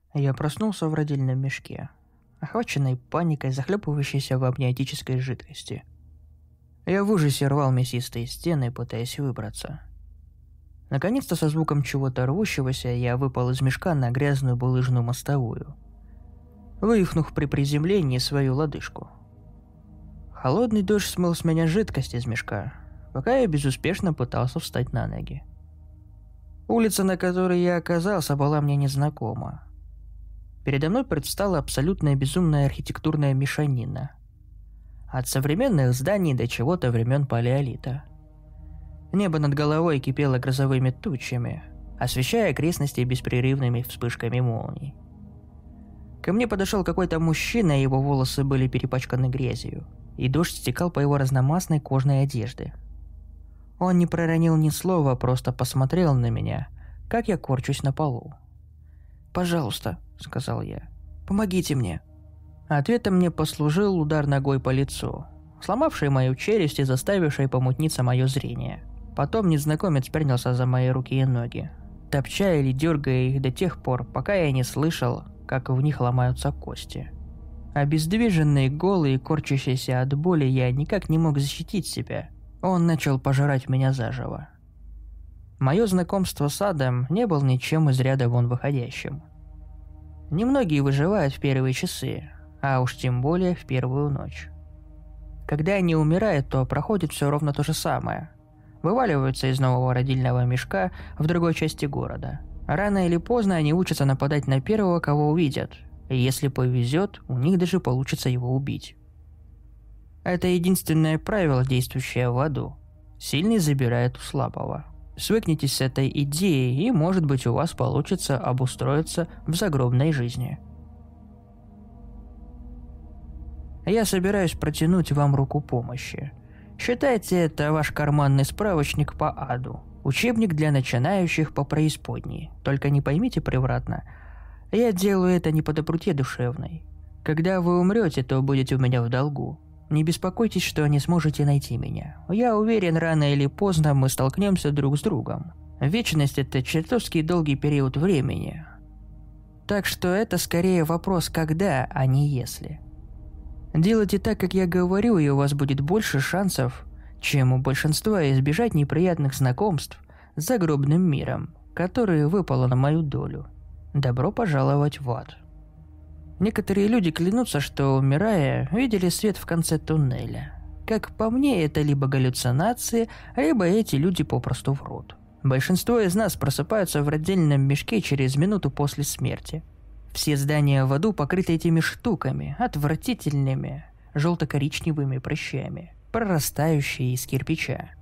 Я проснулся в родильном мешке, охваченный паникой, захлебывающейся в амниотической жидкости. Я в ужасе рвал мясистые стены, пытаясь выбраться. Наконец-то со звуком чего-то рвущегося я выпал из мешка на грязную булыжную мостовую, вывихнув при приземлении свою лодыжку. Холодный дождь смыл с меня жидкость из мешка, пока я безуспешно пытался встать на ноги. Улица, на которой я оказался, была мне незнакома. Передо мной предстала абсолютная безумная архитектурная мешанина. От современных зданий до чего-то времен палеолита. Небо над головой кипело грозовыми тучами, освещая окрестности беспрерывными вспышками молний. Ко мне подошел какой-то мужчина, его волосы были перепачканы грязью, и дождь стекал по его разномастной кожной одежде. Он не проронил ни слова, просто посмотрел на меня, как я корчусь на полу. «Пожалуйста», — сказал я, — «помогите мне». Ответом мне послужил удар ногой по лицу, сломавший мою челюсть и заставивший помутниться мое зрение. Потом незнакомец принялся за мои руки и ноги, топча или дергая их до тех пор, пока я не слышал, как в них ломаются кости. Обездвиженный, голый и корчащийся от боли, я никак не мог защитить себя. Он начал пожирать меня заживо. Мое знакомство с адом не было ничем из ряда вон выходящим. Немногие выживают в первые часы, а уж тем более в первую ночь. Когда они умирают, то проходит все ровно то же самое. Вываливаются из нового родильного мешка в другой части города. Рано или поздно они учатся нападать на первого, кого увидят, и если повезет, у них даже получится его убить. Это единственное правило, действующее в аду. Сильный забирает у слабого. Свыкнитесь с этой идеей, и, может быть, у вас получится обустроиться в загробной жизни. Я собираюсь протянуть вам руку помощи. Считайте это ваш карманный справочник по аду. Учебник для начинающих по преисподней. Только не поймите превратно. Я делаю это не по доброте душевной. Когда вы умрете, то будете у меня в долгу. Не беспокойтесь, что не сможете найти меня. Я уверен, рано или поздно мы столкнемся друг с другом. Вечность – это чертовски долгий период времени. Так что это скорее вопрос «когда», а не «если». Делайте так, как я говорю, и у вас будет больше шансов, чем у большинства, избежать неприятных знакомств с загробным миром, которые выпало на мою долю. Добро пожаловать в ад. Некоторые люди клянутся, что, умирая, видели свет в конце туннеля. Как по мне, это либо галлюцинации, либо эти люди попросту врут. Большинство из нас просыпаются в родильном мешке через минуту после смерти. Все здания в аду покрыты этими штуками, отвратительными, желто-коричневыми прыщами, прорастающие из кирпича.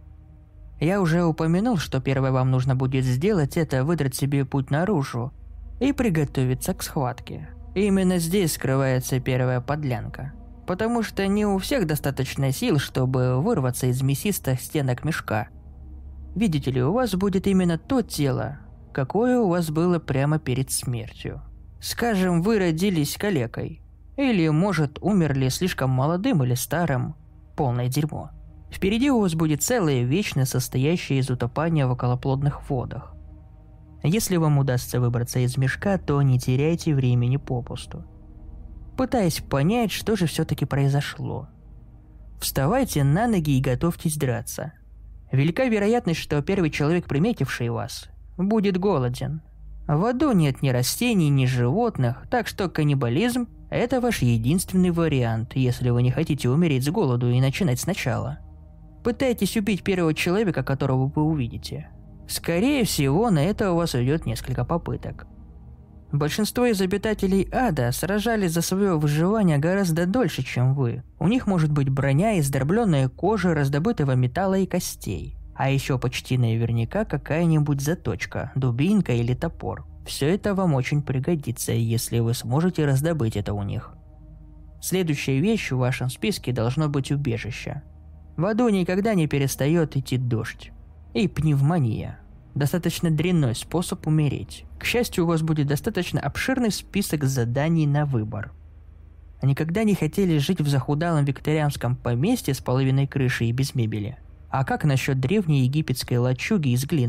Я уже упомянул, что первое вам нужно будет сделать – это выдрать себе путь наружу и приготовиться к схватке. Именно здесь скрывается первая подлянка. Потому что не у всех достаточно сил, чтобы вырваться из мясистых стенок мешка. Видите ли, у вас будет именно то тело, какое у вас было прямо перед смертью. Скажем, вы родились калекой. Или, может, умерли слишком молодым или старым. Полное дерьмо. Впереди у вас будет целая вечность, состоящая из утопания в околоплодных водах. Если вам удастся выбраться из мешка, то не теряйте времени попусту. Пытаясь понять, что же все-таки произошло. Вставайте на ноги и готовьтесь драться. Велика вероятность, что первый человек, приметивший вас, будет голоден. В аду нет ни растений, ни животных, так что каннибализм – это ваш единственный вариант, если вы не хотите умереть с голоду и начинать сначала. Пытайтесь убить первого человека, которого вы увидите. Скорее всего, на это у вас уйдет несколько попыток. Большинство из обитателей ада сражались за свое выживание гораздо дольше, чем вы. У них может быть броня из дробленной кожи, раздобытого металла и костей. А еще почти наверняка какая-нибудь заточка, дубинка или топор. Все это вам очень пригодится, если вы сможете раздобыть это у них. Следующая вещь в вашем списке должно быть убежище. В аду никогда не перестает идти дождь. И пневмония. Достаточно дрянной способ умереть. К счастью, у вас будет достаточно обширный список заданий на выбор. Никогда не хотели жить в захудалом викторианском поместье с половиной крыши и без мебели? А как насчет древней египетской лачуги из глины?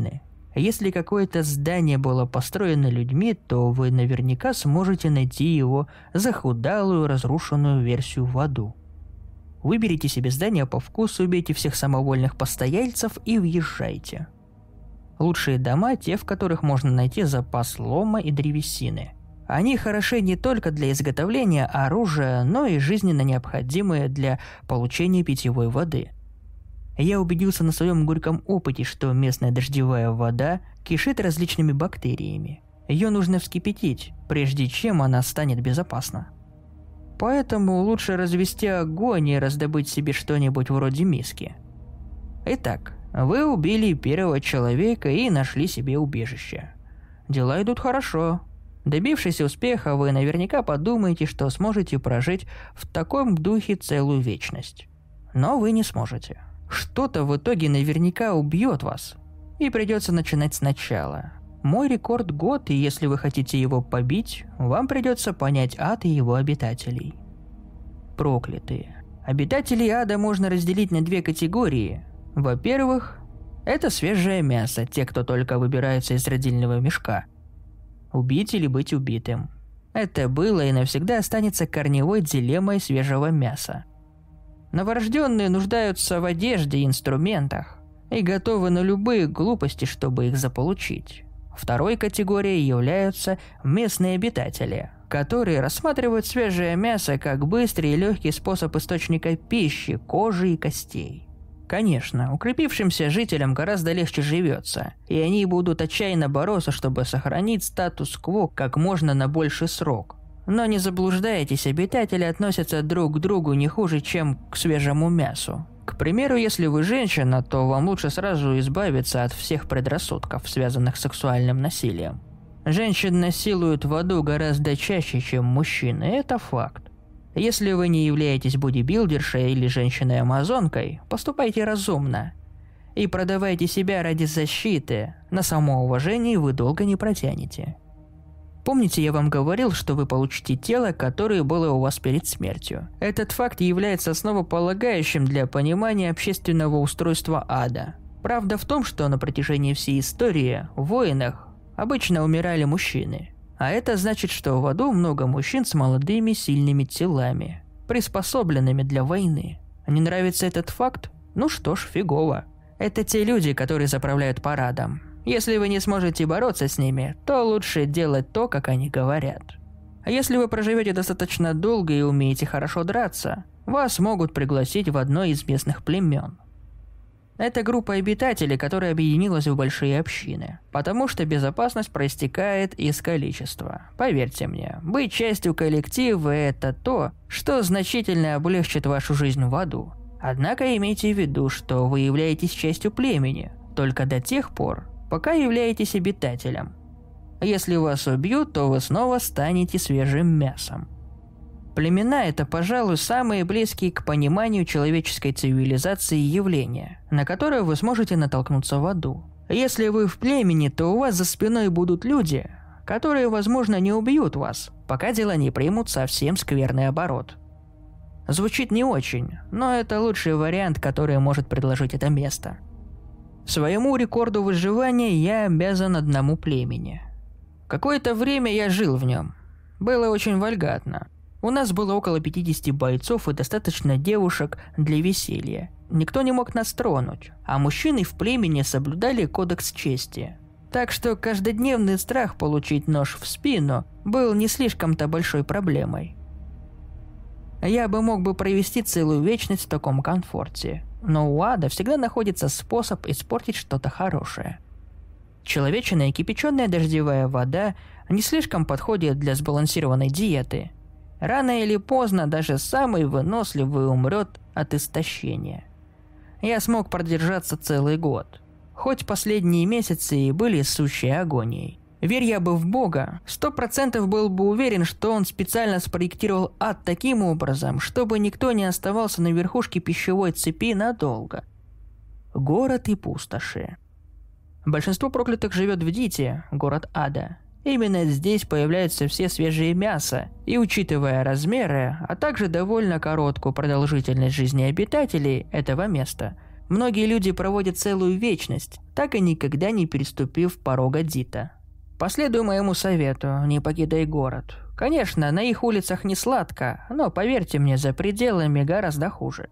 Если какое-то здание было построено людьми, то вы наверняка сможете найти его захудалую, разрушенную версию в аду. Выберите себе здание по вкусу, убейте всех самовольных постояльцев и въезжайте. Лучшие дома – те, в которых можно найти запас лома и древесины. Они хороши не только для изготовления оружия, но и жизненно необходимые для получения питьевой воды. Я убедился на своем горьком опыте, что местная дождевая вода кишит различными бактериями. Ее нужно вскипятить, прежде чем она станет безопасна. Поэтому лучше развести огонь и раздобыть себе что-нибудь вроде миски. Итак, вы убили первого человека и нашли себе убежище. Дела идут хорошо. Добившись успеха, вы наверняка подумаете, что сможете прожить в таком духе целую вечность. Но вы не сможете. Что-то в итоге наверняка убьет вас. И придется начинать сначала. Мой рекорд – год, и если вы хотите его побить, вам придется понять ад и его обитателей. Проклятые. Обитателей ада можно разделить на две категории. Во-первых, это свежее мясо, те, кто только выбирается из родильного мешка. Убить или быть убитым. Это было и навсегда останется корневой дилеммой свежего мяса. Новорожденные нуждаются в одежде и инструментах и готовы на любые глупости, чтобы их заполучить. Второй категорией являются местные обитатели, которые рассматривают свежее мясо как быстрый и легкий способ источника пищи, кожи и костей. Конечно, укрепившимся жителям гораздо легче живется, и они будут отчаянно бороться, чтобы сохранить статус-кво как можно на больший срок. Но не заблуждайтесь, обитатели относятся друг к другу не хуже, чем к свежему мясу. К примеру, если вы женщина, то вам лучше сразу избавиться от всех предрассудков, связанных с сексуальным насилием. Женщин насилуют в аду гораздо чаще, чем мужчины, это факт. Если вы не являетесь бодибилдершей или женщиной-амазонкой, поступайте разумно. И продавайте себя ради защиты, на самоуважении вы долго не протянете. Помните, я вам говорил, что вы получите тело, которое было у вас перед смертью. Этот факт является основополагающим для понимания общественного устройства ада. Правда в том, что на протяжении всей истории в войнах обычно умирали мужчины. А это значит, что в аду много мужчин с молодыми сильными телами, приспособленными для войны. Не нравится этот факт? Ну что ж, фигово. Это те люди, которые заправляют парадом. Если вы не сможете бороться с ними, то лучше делать то, как они говорят. А если вы проживете достаточно долго и умеете хорошо драться, вас могут пригласить в одно из местных племен. Это группа обитателей, которая объединилась в большие общины, потому что безопасность проистекает из количества. Поверьте мне, быть частью коллектива – это то, что значительно облегчит вашу жизнь в аду. Однако имейте в виду, что вы являетесь частью племени только до тех пор, пока являетесь обитателем. Если вас убьют, то вы снова станете свежим мясом. Племена – это, пожалуй, самые близкие к пониманию человеческой цивилизации явления, на которое вы сможете натолкнуться в аду. Если вы в племени, то у вас за спиной будут люди, которые, возможно, не убьют вас, пока дела не примут совсем скверный оборот. Звучит не очень, но это лучший вариант, который может предложить это место. Своему рекорду выживания я обязан одному племени. Какое-то время я жил в нем. Было очень вольготно. У нас было около 50 бойцов и достаточно девушек для веселья. Никто не мог нас тронуть, а мужчины в племени соблюдали кодекс чести. Так что каждодневный страх получить нож в спину был не слишком-то большой проблемой. Я бы мог бы провести целую вечность в таком комфорте, но у ада всегда находится способ испортить что-то хорошее. Человечная кипяченая дождевая вода не слишком подходит для сбалансированной диеты. Рано или поздно даже самый выносливый умрет от истощения. Я смог продержаться целый год, хоть последние месяцы и были сущей агонией. Верь я бы в Бога, 100% был бы уверен, что он специально спроектировал ад таким образом, чтобы никто не оставался на верхушке пищевой цепи надолго. Город и пустоши. Большинство проклятых живет в Дите, город ада. Именно здесь появляются все свежие мясо, и учитывая размеры, а также довольно короткую продолжительность жизни обитателей этого места, Многие люди проводят целую вечность, так и никогда не переступив порога Дита. Последуй моему совету, не покидай город. Конечно, на их улицах не сладко, но поверьте мне, за пределами гораздо хуже.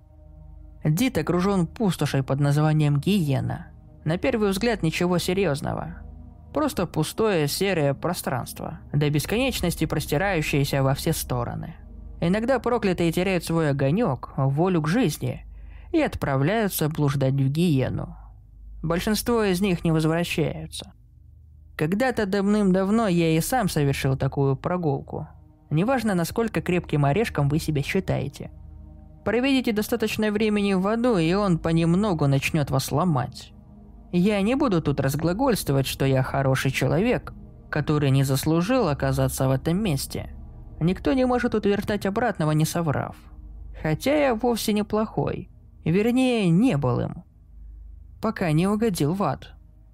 Дит окружен пустошей под названием Гиена. На первый взгляд ничего серьезного. Просто пустое серое пространство, до бесконечности простирающееся во все стороны. Иногда проклятые теряют свой огонек, волю к жизни и отправляются блуждать в Гиену. Большинство из них не возвращаются. Когда-то давным-давно я и сам совершил такую прогулку. Неважно, насколько крепким орешком вы себя считаете. Проведите достаточно времени в аду, и он понемногу начнет вас ломать. Я не буду тут разглагольствовать, что я хороший человек, который не заслужил оказаться в этом месте. Никто не может утверждать обратного, не соврав. Хотя я вовсе не плохой. Вернее, не был им. Пока не угодил в ад.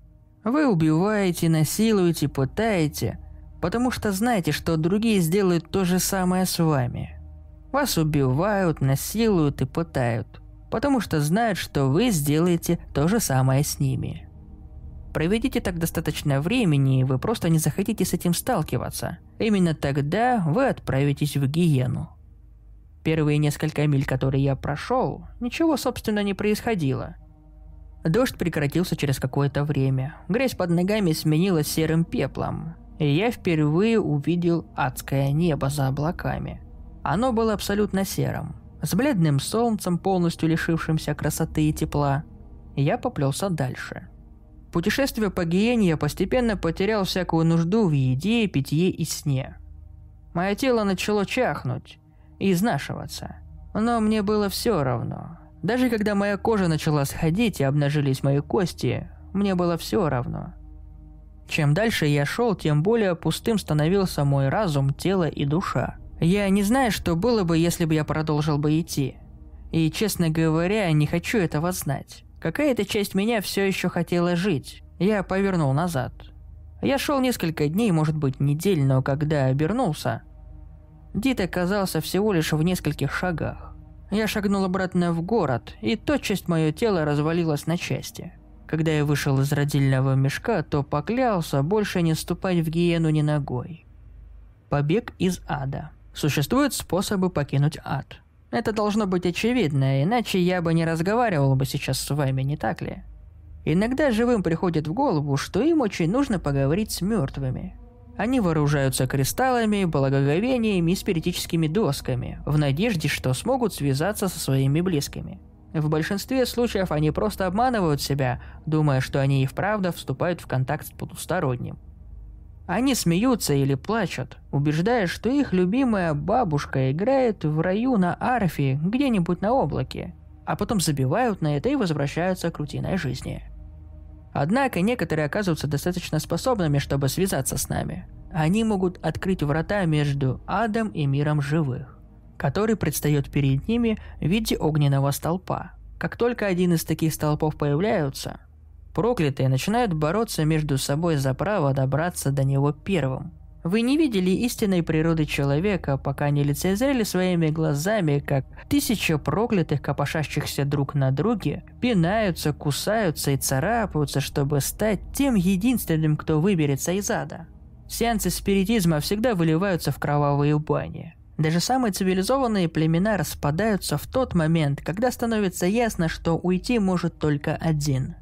Вы убиваете, насилуете, пытаете, потому что знаете, что другие сделают то же самое с вами. Вас убивают, насилуют и пытают, потому что знают, что вы сделаете то же самое с ними. Проведите так достаточно времени, и вы просто не захотите с этим сталкиваться. Именно тогда вы отправитесь в Гиену. Первые несколько миль, которые я прошел, ничего собственно не происходило. Дождь прекратился через какое-то время. Грязь под ногами сменилась серым пеплом. И я впервые увидел адское небо за облаками. Оно было абсолютно серым, с бледным солнцем, полностью лишившимся красоты и тепла. Я поплелся дальше. Путешествие по Гиене я постепенно потерял всякую нужду в еде, питье и сне. Мое тело начало чахнуть и изнашиваться. Но мне было все равно. Даже когда моя кожа начала сходить и обнажились мои кости, мне было все равно. Чем дальше я шел, тем более пустым становился мой разум, тело и душа. Я не знаю, что было бы, если бы я продолжил бы идти. И, честно говоря, не хочу этого знать. Какая-то часть меня все еще хотела жить. Я повернул назад. Я шел несколько дней, может быть, недель, но когда обернулся, Дит оказался всего лишь в нескольких шагах. Я шагнул обратно в город, и тотчас мое тело развалилось на части. Когда я вышел из родильного мешка, то поклялся больше не ступать в Гиену ни ногой. Побег из ада. Существуют способы покинуть ад. Это должно быть очевидно, иначе я бы не разговаривал бы сейчас с вами, не так ли? Иногда живым приходит в голову, что им очень нужно поговорить с мертвыми. Они вооружаются кристаллами, благоговениями и спиритическими досками, в надежде, что смогут связаться со своими близкими. В большинстве случаев они просто обманывают себя, думая, что они и вправду вступают в контакт с потусторонним. Они смеются или плачут, убеждая, что их любимая бабушка играет в раю на арфе где-нибудь на облаке, а потом забивают на это и возвращаются к рутинной жизни. Однако некоторые оказываются достаточно способными, чтобы связаться с нами. Они могут открыть врата между адом и миром живых, который предстает перед ними в виде огненного столпа. Как только один из таких столпов появляется, проклятые начинают бороться между собой за право добраться до него первым. Вы не видели истинной природы человека, пока не лицезрели своими глазами, как 1000 проклятых, копошащихся друг на друге, пинаются, кусаются и царапаются, чтобы стать тем единственным, кто выберется из ада. Сеансы спиритизма всегда выливаются в кровавые бани. Даже самые цивилизованные племена распадаются в тот момент, когда становится ясно, что уйти может только один.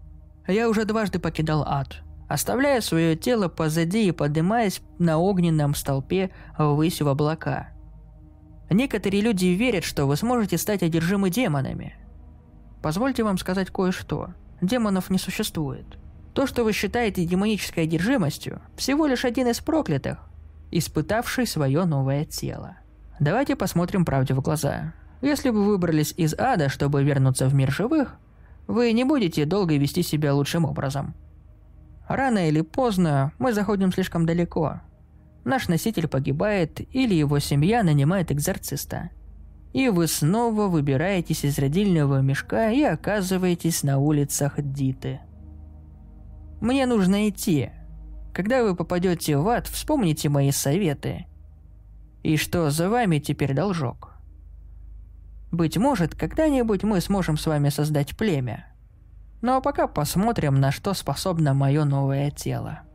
Я уже дважды покидал ад, оставляя свое тело позади и поднимаясь на огненном столпе ввысь в облака. Некоторые люди верят, что вы сможете стать одержимы демонами. Позвольте вам сказать кое-что. Демонов не существует. То, что вы считаете демонической одержимостью, всего лишь один из проклятых, испытавший свое новое тело. Давайте посмотрим правде в глаза. Если вы выбрались из ада, чтобы вернуться в мир живых, вы не будете долго вести себя лучшим образом. Рано или поздно мы заходим слишком далеко. Наш носитель погибает или его семья нанимает экзорциста. И вы снова выбираетесь из родильного мешка и оказываетесь на улицах Диты. Мне нужно идти. Когда вы попадете в ад, вспомните мои советы. И что за вами теперь должок? Быть может, когда-нибудь мы сможем с вами создать племя. Ну а пока посмотрим, на что способно мое новое тело.